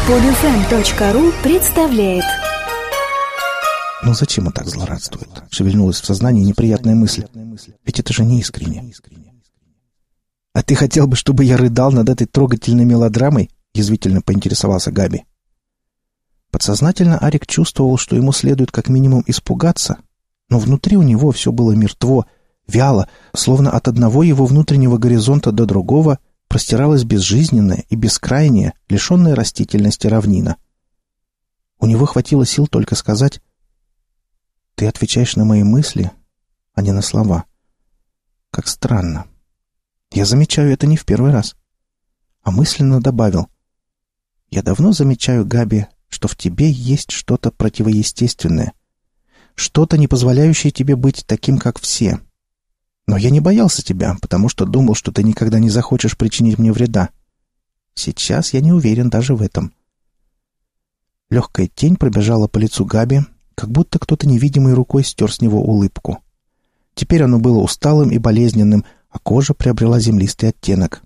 Podfm.ru представляет. Ну зачем он так злорадствует? Шевельнулась в сознании неприятная мысль. Ведь это же не искренне. А ты хотел бы, чтобы я рыдал над этой трогательной мелодрамой? Язвительно поинтересовался Габи. Подсознательно Арик чувствовал, что ему следует как минимум испугаться, но внутри у него все было мертво, вяло, словно от одного его внутреннего горизонта до другого простиралась безжизненная и бескрайняя, лишенная растительности равнина. У него хватило сил только сказать: «Ты отвечаешь на мои мысли, а не на слова. Как странно. Я замечаю это не в первый раз». А мысленно добавил: «Я давно замечаю, Габи, что в тебе есть что-то противоестественное, что-то, не позволяющее тебе быть таким, как все. Но я не боялся тебя, потому что думал, что ты никогда не захочешь причинить мне вреда. Сейчас я не уверен даже в этом». Легкая тень пробежала по лицу Габи, как будто кто-то невидимой рукой стер с него улыбку. Теперь оно было усталым и болезненным, а кожа приобрела землистый оттенок.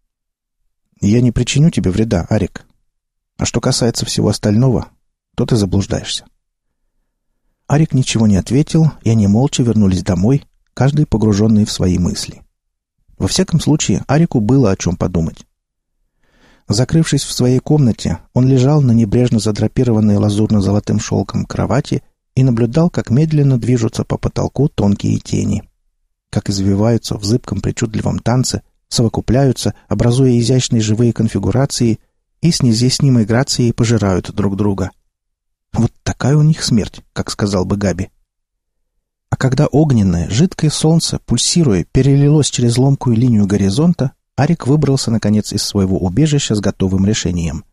«Я не причиню тебе вреда, Арик. А что касается всего остального, то ты заблуждаешься». Арик ничего не ответил, и они молча вернулись домой, каждый погруженный в свои мысли. Во всяком случае, Арику было о чем подумать. Закрывшись в своей комнате, он лежал на небрежно задрапированной лазурно-золотым шелком кровати и наблюдал, как медленно движутся по потолку тонкие тени, как извиваются в зыбком причудливом танце, совокупляются, образуя изящные живые конфигурации и с неизъяснимой грацией пожирают друг друга. Вот такая у них смерть, как сказал бы Габи. А когда огненное, жидкое солнце, пульсируя, перелилось через ломкую линию горизонта, Арик выбрался, наконец, из своего убежища с готовым решением.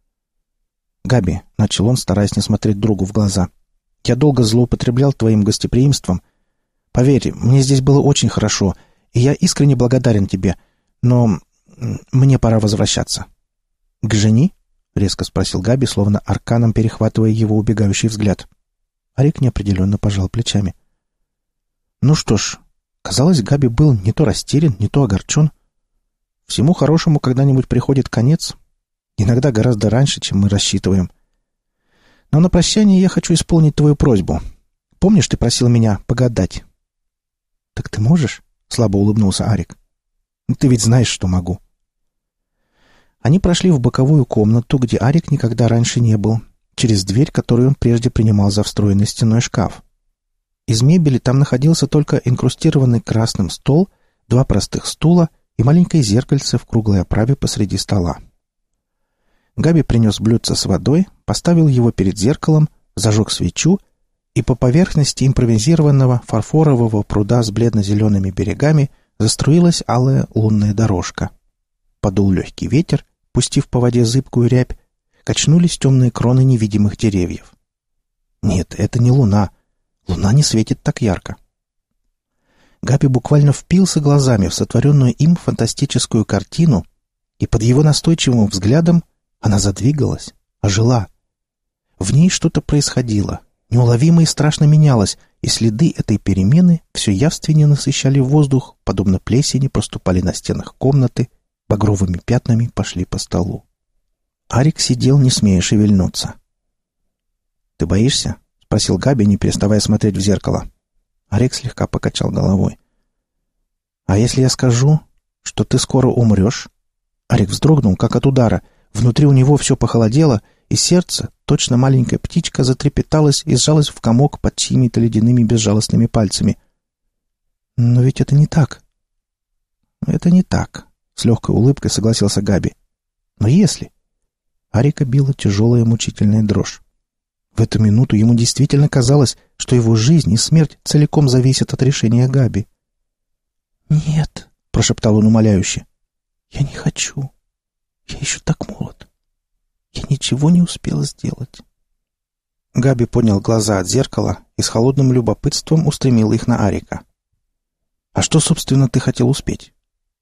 «Габи», — начал он, стараясь не смотреть другу в глаза, — «я долго злоупотреблял твоим гостеприимством. Поверь, мне здесь было очень хорошо, и я искренне благодарен тебе, но мне пора возвращаться». «К жени?» — резко спросил Габи, словно арканом перехватывая его убегающий взгляд. Арик неопределенно пожал плечами. Ну что ж, казалось, Габи был не то растерян, не то огорчен. Всему хорошему когда-нибудь приходит конец, иногда гораздо раньше, чем мы рассчитываем. Но на прощание я хочу исполнить твою просьбу. Помнишь, ты просил меня погадать? Так ты можешь? Слабо улыбнулся Арик. Ты ведь знаешь, что могу. Они прошли в боковую комнату, где Арик никогда раньше не был, через дверь, которую он прежде принимал за встроенный стенной шкаф. Из мебели там находился только инкрустированный красным стол, 2 простых стула и маленькое зеркальце в круглой оправе посреди стола. Габи принес блюдце с водой, поставил его перед зеркалом, зажег свечу, и по поверхности импровизированного фарфорового пруда с бледно-зелеными берегами заструилась алая лунная дорожка. Подул легкий ветер, пустив по воде зыбкую рябь, качнулись темные кроны невидимых деревьев. Нет, это не луна. Луна не светит так ярко. Габи буквально впился глазами в сотворенную им фантастическую картину, и под его настойчивым взглядом она задвигалась, ожила. В ней что-то происходило, неуловимо и страшно менялось, и следы этой перемены все явственнее насыщали воздух, подобно плесени проступали на стенах комнаты, багровыми пятнами пошли по столу. Арик сидел, не смея шевельнуться. «Ты боишься?» — спросил Габи, не переставая смотреть в зеркало. Арик слегка покачал головой. «А если я скажу, что ты скоро умрешь?» Арик вздрогнул, как от удара. Внутри у него все похолодело, и сердце, точно маленькая птичка, затрепеталось и сжалось в комок под чьими-то ледяными безжалостными пальцами. «Но ведь это не так». «Это не так», — с легкой улыбкой согласился Габи. «Но если...» Арика била тяжелая мучительная дрожь. В эту минуту ему действительно казалось, что его жизнь и смерть целиком зависят от решения Габи. «Нет», — прошептал он умоляюще, — «я не хочу. Я еще так молод. Я ничего не успела сделать». Габи поднял глаза от зеркала и с холодным любопытством устремил их на Арика. «А что, собственно, ты хотел успеть?»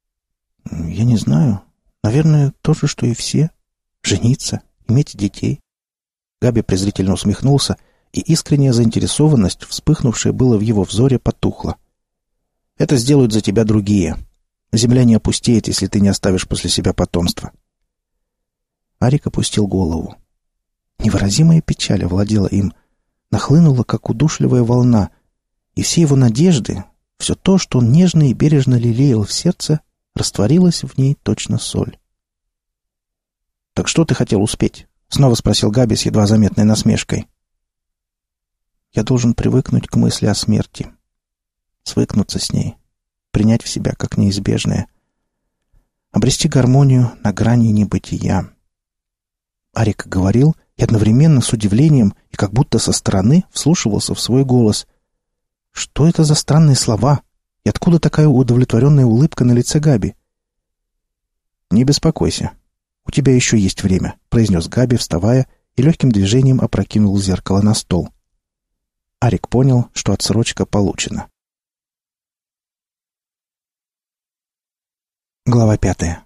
«Я не знаю. Наверное, то же, что и все. Жениться, иметь детей». Габи презрительно усмехнулся, и искренняя заинтересованность, вспыхнувшая было в его взоре, потухла. «Это сделают за тебя другие. Земля не опустеет, если ты не оставишь после себя потомства». Арик опустил голову. Невыразимая печаль овладела им, нахлынула, как удушливая волна, и все его надежды, все то, что он нежно и бережно лелеял в сердце, растворилось в ней точно соль. «Так что ты хотел успеть?» — снова спросил Габи с едва заметной насмешкой. «Я должен привыкнуть к мысли о смерти, свыкнуться с ней, принять в себя как неизбежное, обрести гармонию на грани небытия». Арик говорил и одновременно с удивлением и как будто со стороны вслушивался в свой голос. Что это за странные слова? И откуда такая удовлетворенная улыбка на лице Габи? «Не беспокойся. У тебя еще есть время», — произнес Габи, вставая, и легким движением опрокинул зеркало на стол. Арик понял, что отсрочка получена. Глава 5.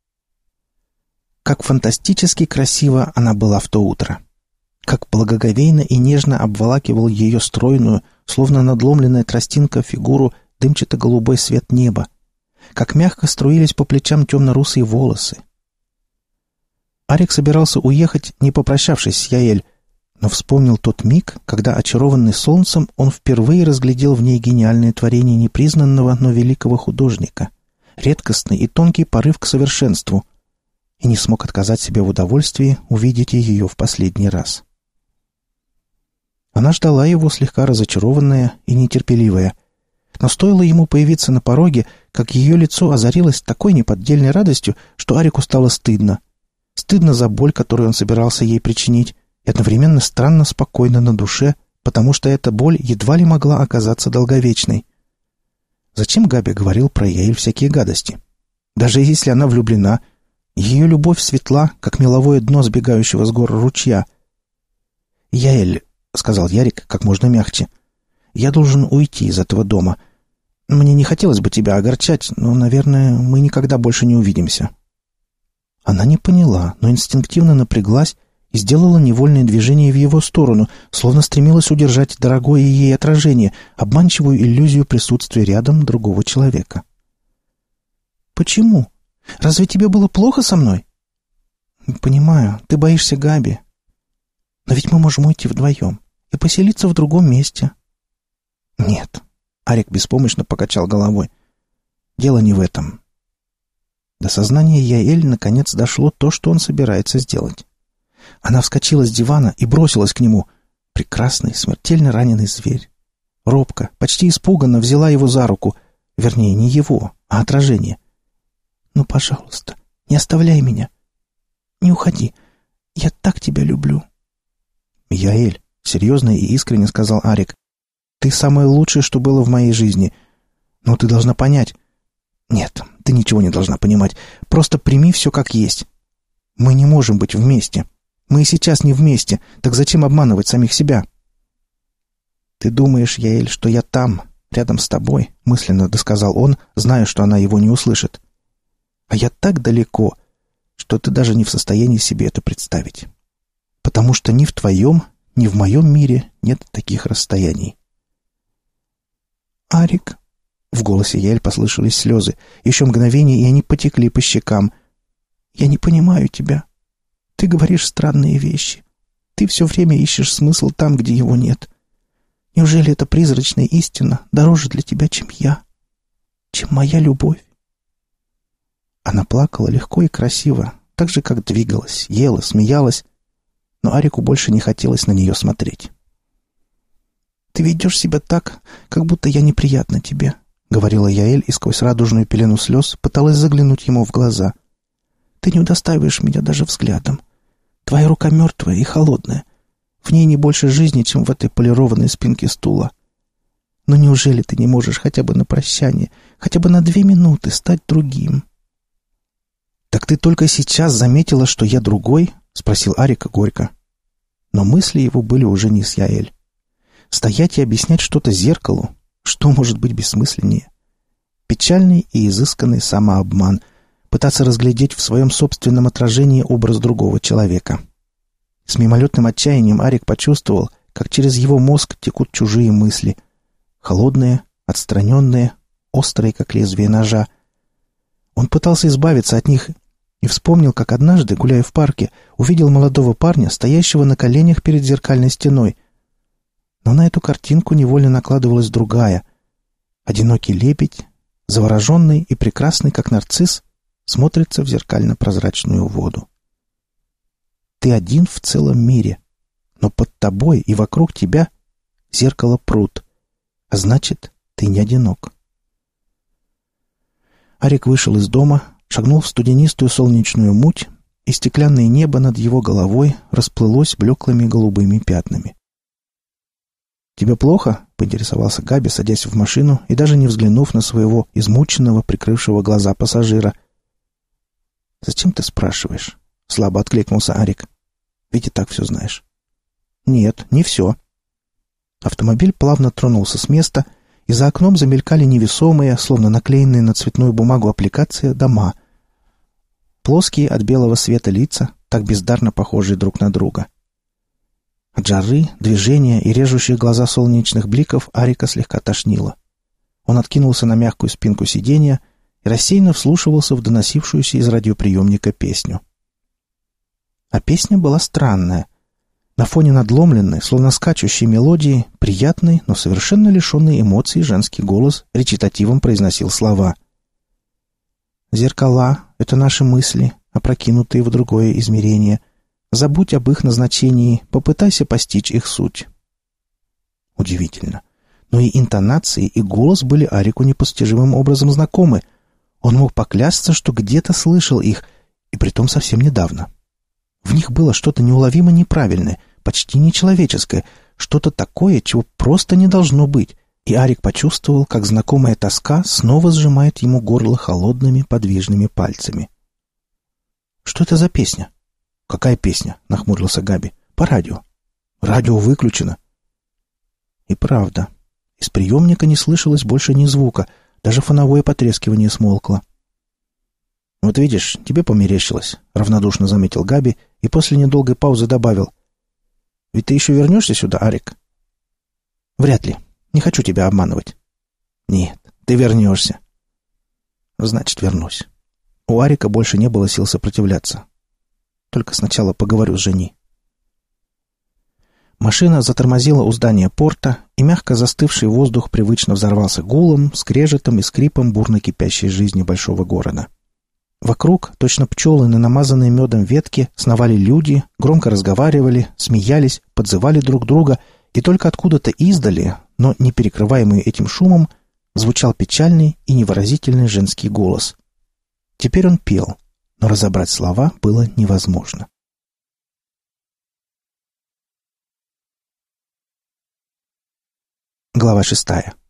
Как фантастически красиво она была в то утро. Как благоговейно и нежно обволакивал ее стройную, словно надломленная тростинка, фигуру дымчато-голубой свет неба. Как мягко струились по плечам темно-русые волосы. Арик собирался уехать, не попрощавшись с Яэль, но вспомнил тот миг, когда, очарованный солнцем, он впервые разглядел в ней гениальное творение непризнанного, но великого художника, редкостный и тонкий порыв к совершенству, и не смог отказать себе в удовольствии увидеть ее в последний раз. Она ждала его, слегка разочарованная и нетерпеливая, но стоило ему появиться на пороге, как ее лицо озарилось такой неподдельной радостью, что Арику стало стыдно. Стыдно за боль, которую он собирался ей причинить, и одновременно странно спокойно на душе, потому что эта боль едва ли могла оказаться долговечной. Зачем Габи говорил про Яэль всякие гадости? Даже если она влюблена, ее любовь светла, как меловое дно сбегающего с гор ручья. «Яэль», — сказал Ярик как можно мягче, — «я должен уйти из этого дома. Мне не хотелось бы тебя огорчать, но, наверное, мы никогда больше не увидимся». Она не поняла, но инстинктивно напряглась и сделала невольное движение в его сторону, словно стремилась удержать дорогое ей отражение, обманчивую иллюзию присутствия рядом другого человека. «Почему? Разве тебе было плохо со мной?» «Понимаю, ты боишься Габи. Но ведь мы можем уйти вдвоем и поселиться в другом месте». «Нет», — Арик беспомощно покачал головой, — «дело не в этом». До сознания Яэль наконец дошло то, что он собирается сделать. Она вскочила с дивана и бросилась к нему. Прекрасный, смертельно раненый зверь. Робко, почти испуганно взяла его за руку. Вернее, не его, а отражение. «Ну, пожалуйста, не оставляй меня. Не уходи. Я так тебя люблю». «Яэль», — серьезно и искренне сказал Арик, — «ты самое лучшее, что было в моей жизни. Но ты должна понять...» «Нет, ты ничего не должна понимать. Просто прими все как есть. Мы не можем быть вместе. Мы и сейчас не вместе. Так зачем обманывать самих себя?» «Ты думаешь, Яэль, что я там, рядом с тобой?» — мысленно досказал он, зная, что она его не услышит. «А я так далеко, что ты даже не в состоянии себе это представить. Потому что ни в твоем, ни в моем мире нет таких расстояний». «Арик...» В голосе Яэль послышались слезы. Еще мгновение, и они потекли по щекам. «Я не понимаю тебя. Ты говоришь странные вещи. Ты все время ищешь смысл там, где его нет. Неужели эта призрачная истина дороже для тебя, чем я? Чем моя любовь?» Она плакала легко и красиво, так же, как двигалась, ела, смеялась, но Арику больше не хотелось на нее смотреть. «Ты ведешь себя так, как будто я неприятна тебе», — говорила Яэль и сквозь радужную пелену слез пыталась заглянуть ему в глаза. «Ты не удостаиваешь меня даже взглядом. Твоя рука мертвая и холодная. В ней не больше жизни, чем в этой полированной спинке стула. Но неужели ты не можешь хотя бы на прощание, хотя бы на 2 минуты стать другим?» «Так ты только сейчас заметила, что я другой?» — спросил Арика горько. Но мысли его были уже не с Яэль. Стоять и объяснять что-то зеркалу, что может быть бессмысленнее? Печальный и изысканный самообман, пытаться разглядеть в своем собственном отражении образ другого человека. С мимолетным отчаянием Арик почувствовал, как через его мозг текут чужие мысли. Холодные, отстраненные, острые, как лезвие ножа. Он пытался избавиться от них И вспомнил, как однажды, гуляя в парке, увидел молодого парня, стоящего на коленях перед зеркальной стеной. Но на эту картинку невольно накладывалась другая. Одинокий лебедь, завороженный и прекрасный, как нарцисс, смотрится в зеркально-прозрачную воду. Ты один в целом мире, но под тобой и вокруг тебя зеркало пруд, а значит, ты не одинок. Арик вышел из дома, шагнул в студенистую солнечную муть, и стеклянное небо над его головой расплылось блеклыми голубыми пятнами. «Тебе плохо?» — поинтересовался Габи, садясь в машину и даже не взглянув на своего измученного, прикрывшего глаза пассажира. «Зачем ты спрашиваешь?» — слабо откликнулся Арик. «Ведь и так все знаешь». «Нет, не все». Автомобиль плавно тронулся с места, и за окном замелькали невесомые, словно наклеенные на цветную бумагу аппликации, дома. Плоские от белого света лица, так бездарно похожие друг на друга. От жары, движения и режущих глаза солнечных бликов Арика слегка тошнило. Он откинулся на мягкую спинку сиденья и рассеянно вслушивался в доносившуюся из радиоприемника песню. А песня была странная. На фоне надломленной, словно скачущей мелодии, приятный, но совершенно лишенный эмоций женский голос речитативом произносил слова. «Зеркала — это наши мысли, опрокинутые в другое измерение. Забудь об их назначении, попытайся постичь их суть». Удивительно. Но и интонации, и голос были Арику непостижимым образом знакомы. Он мог поклясться, что где-то слышал их, и притом совсем недавно. В них было что-то неуловимо неправильное, почти нечеловеческое, что-то такое, чего просто не должно быть, и Арик почувствовал, как знакомая тоска снова сжимает ему горло холодными подвижными пальцами. «Что это за песня?» «Какая песня?» — нахмурился Габи. «По радио». «Радио выключено». И правда, из приемника не слышалось больше ни звука, даже фоновое потрескивание смолкло. «Вот видишь, тебе померещилось», — равнодушно заметил Габи и после недолгой паузы добавил. «Ведь ты еще вернешься сюда, Арик?» «Вряд ли. Не хочу тебя обманывать». «Нет, ты вернешься». «Значит, вернусь». У Арика больше не было сил сопротивляться. «Только сначала поговорю с Жени». Машина затормозила у здания порта, и мягко застывший воздух привычно взорвался гулом, скрежетом и скрипом бурно кипящей жизни большого города. Вокруг, точно пчелы на намазанной медом ветке, сновали люди, громко разговаривали, смеялись, подзывали друг друга, и только откуда-то издали, но не перекрываемый этим шумом, звучал печальный и невыразительный женский голос. Теперь он пел, но разобрать слова было невозможно. Глава 6.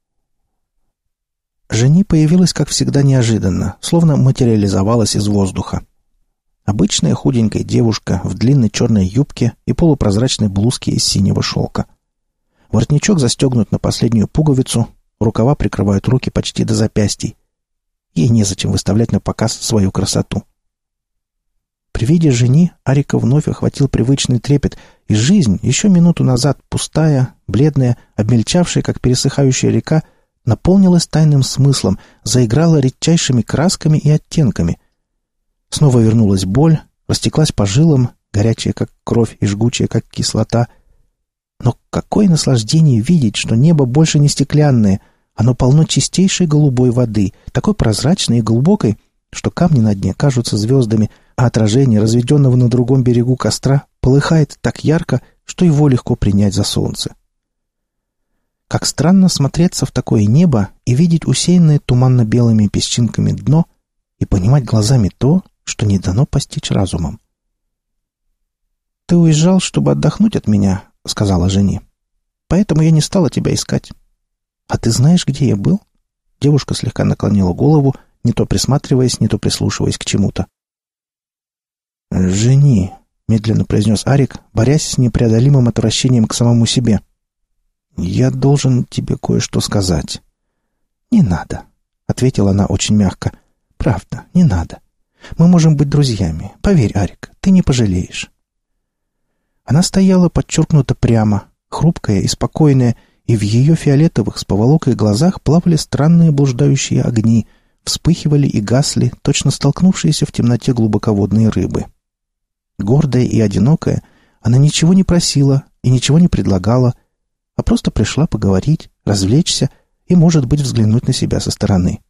Жени появилась, как всегда, неожиданно, словно материализовалась из воздуха. Обычная худенькая девушка в длинной черной юбке и полупрозрачной блузке из синего шелка. Воротничок застегнут на последнюю пуговицу, рукава прикрывают руки почти до запястий. Ей незачем выставлять на показ свою красоту. При виде Жени Арика вновь охватил привычный трепет, и жизнь, еще минуту назад пустая, бледная, обмельчавшая, как пересыхающая река, наполнилась тайным смыслом, заиграла редчайшими красками и оттенками. Снова вернулась боль, растеклась по жилам, горячая, как кровь, и жгучая, как кислота. Но какое наслаждение видеть, что небо больше не стеклянное, оно полно чистейшей голубой воды, такой прозрачной и глубокой, что камни на дне кажутся звездами, а отражение разведенного на другом берегу костра полыхает так ярко, что его легко принять за солнце. Как странно смотреться в такое небо и видеть усеянное туманно-белыми песчинками дно и понимать глазами то, что не дано постичь разумом. «Ты уезжал, чтобы отдохнуть от меня», — сказала Жени. «Поэтому я не стала тебя искать». «А ты знаешь, где я был?» Девушка слегка наклонила голову, не то присматриваясь, не то прислушиваясь к чему-то. «Жени», — медленно произнес Арик, борясь с непреодолимым отвращением к самому себе. «Я должен тебе кое-что сказать». «Не надо», — ответила она очень мягко. «Правда, не надо. Мы можем быть друзьями. Поверь, Арик, ты не пожалеешь». Она стояла подчеркнуто прямо, хрупкая и спокойная, и в ее фиолетовых с поволокой глазах плавали странные блуждающие огни, вспыхивали и гасли, точно столкнувшиеся в темноте глубоководные рыбы. Гордая и одинокая, она ничего не просила и ничего не предлагала, а просто пришла поговорить, развлечься и, может быть, взглянуть на себя со стороны.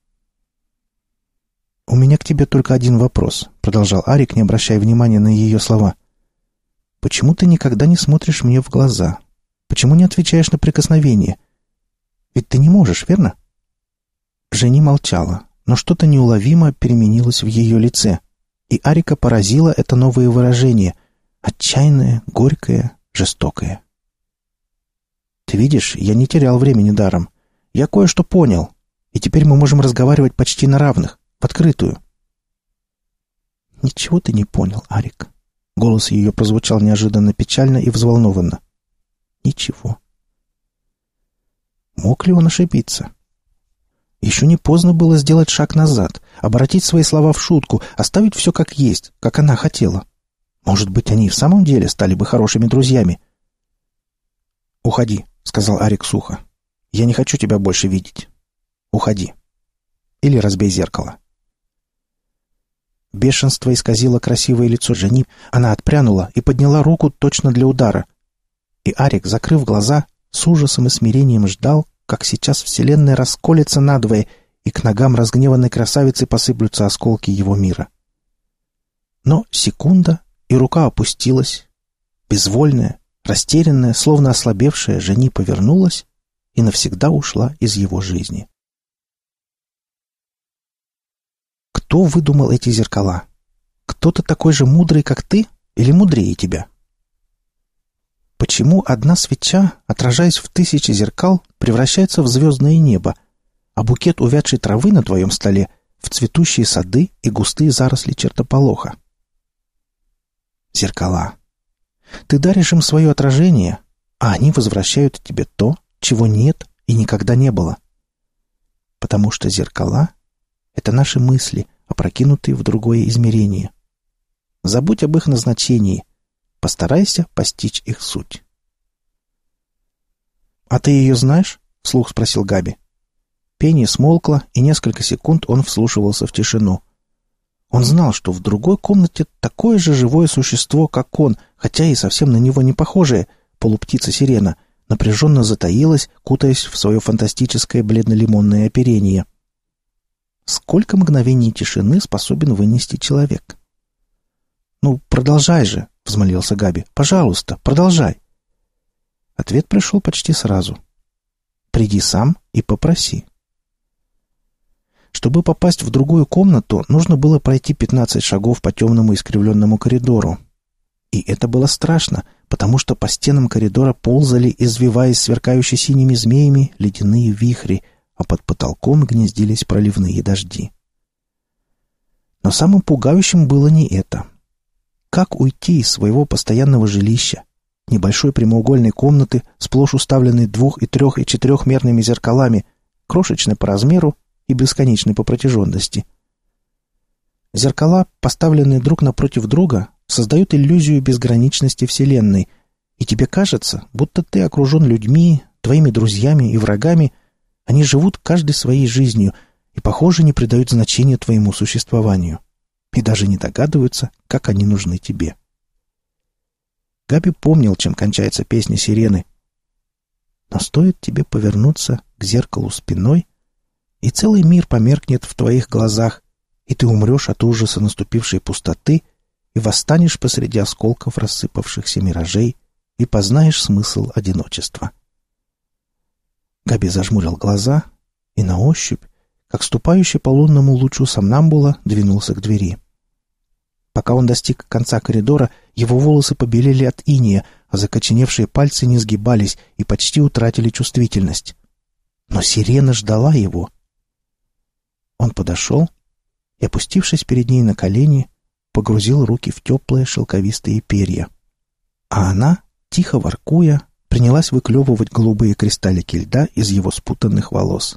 «У меня к тебе только один вопрос», — продолжал Арик, не обращая внимания на ее слова. «Почему ты никогда не смотришь мне в глаза? Почему не отвечаешь на прикосновение? Ведь ты не можешь, верно?» Жени молчала, но что-то неуловимо переменилось в ее лице, и Арика поразило это новое выражение — отчаянное, горькое, жестокое. «Ты видишь, я не терял времени даром. Я кое-что понял, и теперь мы можем разговаривать почти на равных, в открытую». «Ничего ты не понял, Арик». Голос ее прозвучал неожиданно печально и взволнованно. «Ничего». Мог ли он ошибиться? Еще не поздно было сделать шаг назад, обратить свои слова в шутку, оставить все как есть, как она хотела. Может быть, они и в самом деле стали бы хорошими друзьями. «Уходи», — сказал Арик сухо. «Я не хочу тебя больше видеть. Уходи. Или разбей зеркало». Бешенство исказило красивое лицо Жени. Она отпрянула и подняла руку точно для удара. И Арик, закрыв глаза, с ужасом и смирением ждал, как сейчас вселенная расколется надвое, и к ногам разгневанной красавицы посыплются осколки его мира. Но секунда, и рука опустилась. Безвольная, растерянная, словно ослабевшая, Жени повернулась и навсегда ушла из его жизни. Кто выдумал эти зеркала? Кто-то такой же мудрый, как ты, или мудрее тебя? Почему одна свеча, отражаясь в 1000 зеркал, превращается в звездное небо, а букет увядшей травы на твоем столе — в цветущие сады и густые заросли чертополоха? Зеркала. Ты даришь им свое отражение, а они возвращают тебе то, чего нет и никогда не было. Потому что зеркала — это наши мысли, опрокинутые в другое измерение. Забудь об их назначении. Постарайся постичь их суть. «А ты ее знаешь?» — вслух спросил Габи. Пение смолкло, и несколько секунд он вслушивался в тишину. Он знал, что в другой комнате такое же живое существо, как он, хотя и совсем на него не похожее, полуптица-сирена, напряженно затаилась, кутаясь в свое фантастическое бледно-лимонное оперение. Сколько мгновений тишины способен вынести человек? «Ну, продолжай же», — взмолился Габи. «Пожалуйста, продолжай». Ответ пришел почти сразу. «Приди сам и попроси». Чтобы попасть в другую комнату, нужно было пройти 15 шагов по темному искривленному коридору. И это было страшно, потому что по стенам коридора ползали, извиваясь сверкающие синими змеями, ледяные вихри, а под потолком гнездились проливные дожди. Но самым пугающим было не это. Как уйти из своего постоянного жилища, небольшой прямоугольной комнаты, сплошь уставленной 2-, и 3-, и 4-мерными зеркалами, крошечной по размеру и бесконечной по протяженности? Зеркала, поставленные друг напротив друга, создают иллюзию безграничности Вселенной, и тебе кажется, будто ты окружен людьми, твоими друзьями и врагами. Они живут каждой своей жизнью и, похоже, не придают значения твоему существованию. И даже не догадываются, как они нужны тебе. Габи помнил, чем кончается песня сирены. Но стоит тебе повернуться к зеркалу спиной, и целый мир померкнет в твоих глазах, и ты умрешь от ужаса наступившей пустоты и восстанешь посреди осколков рассыпавшихся миражей и познаешь смысл одиночества. Габи зажмурил глаза и на ощупь, как ступающий по лунному лучу сомнамбула, двинулся к двери. Пока он достиг конца коридора, его волосы побелели от инея, а закоченевшие пальцы не сгибались и почти утратили чувствительность. Но сирена ждала его. Он подошел и, опустившись перед ней на колени, погрузил руки в теплые шелковистые перья. А она, тихо воркуя, принялась выклевывать голубые кристаллики льда из его спутанных волос.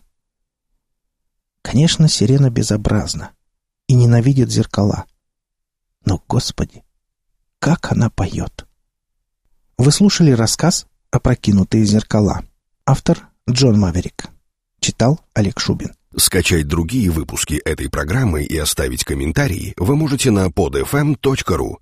Конечно, сирена безобразна и ненавидит зеркала. Но, Господи, как она поет! Вы слушали рассказ «Опрокинутые зеркала». Автор Джон Маверик. Читал Олег Шубин. Скачать другие выпуски этой программы и оставить комментарии вы можете на podfm.ru.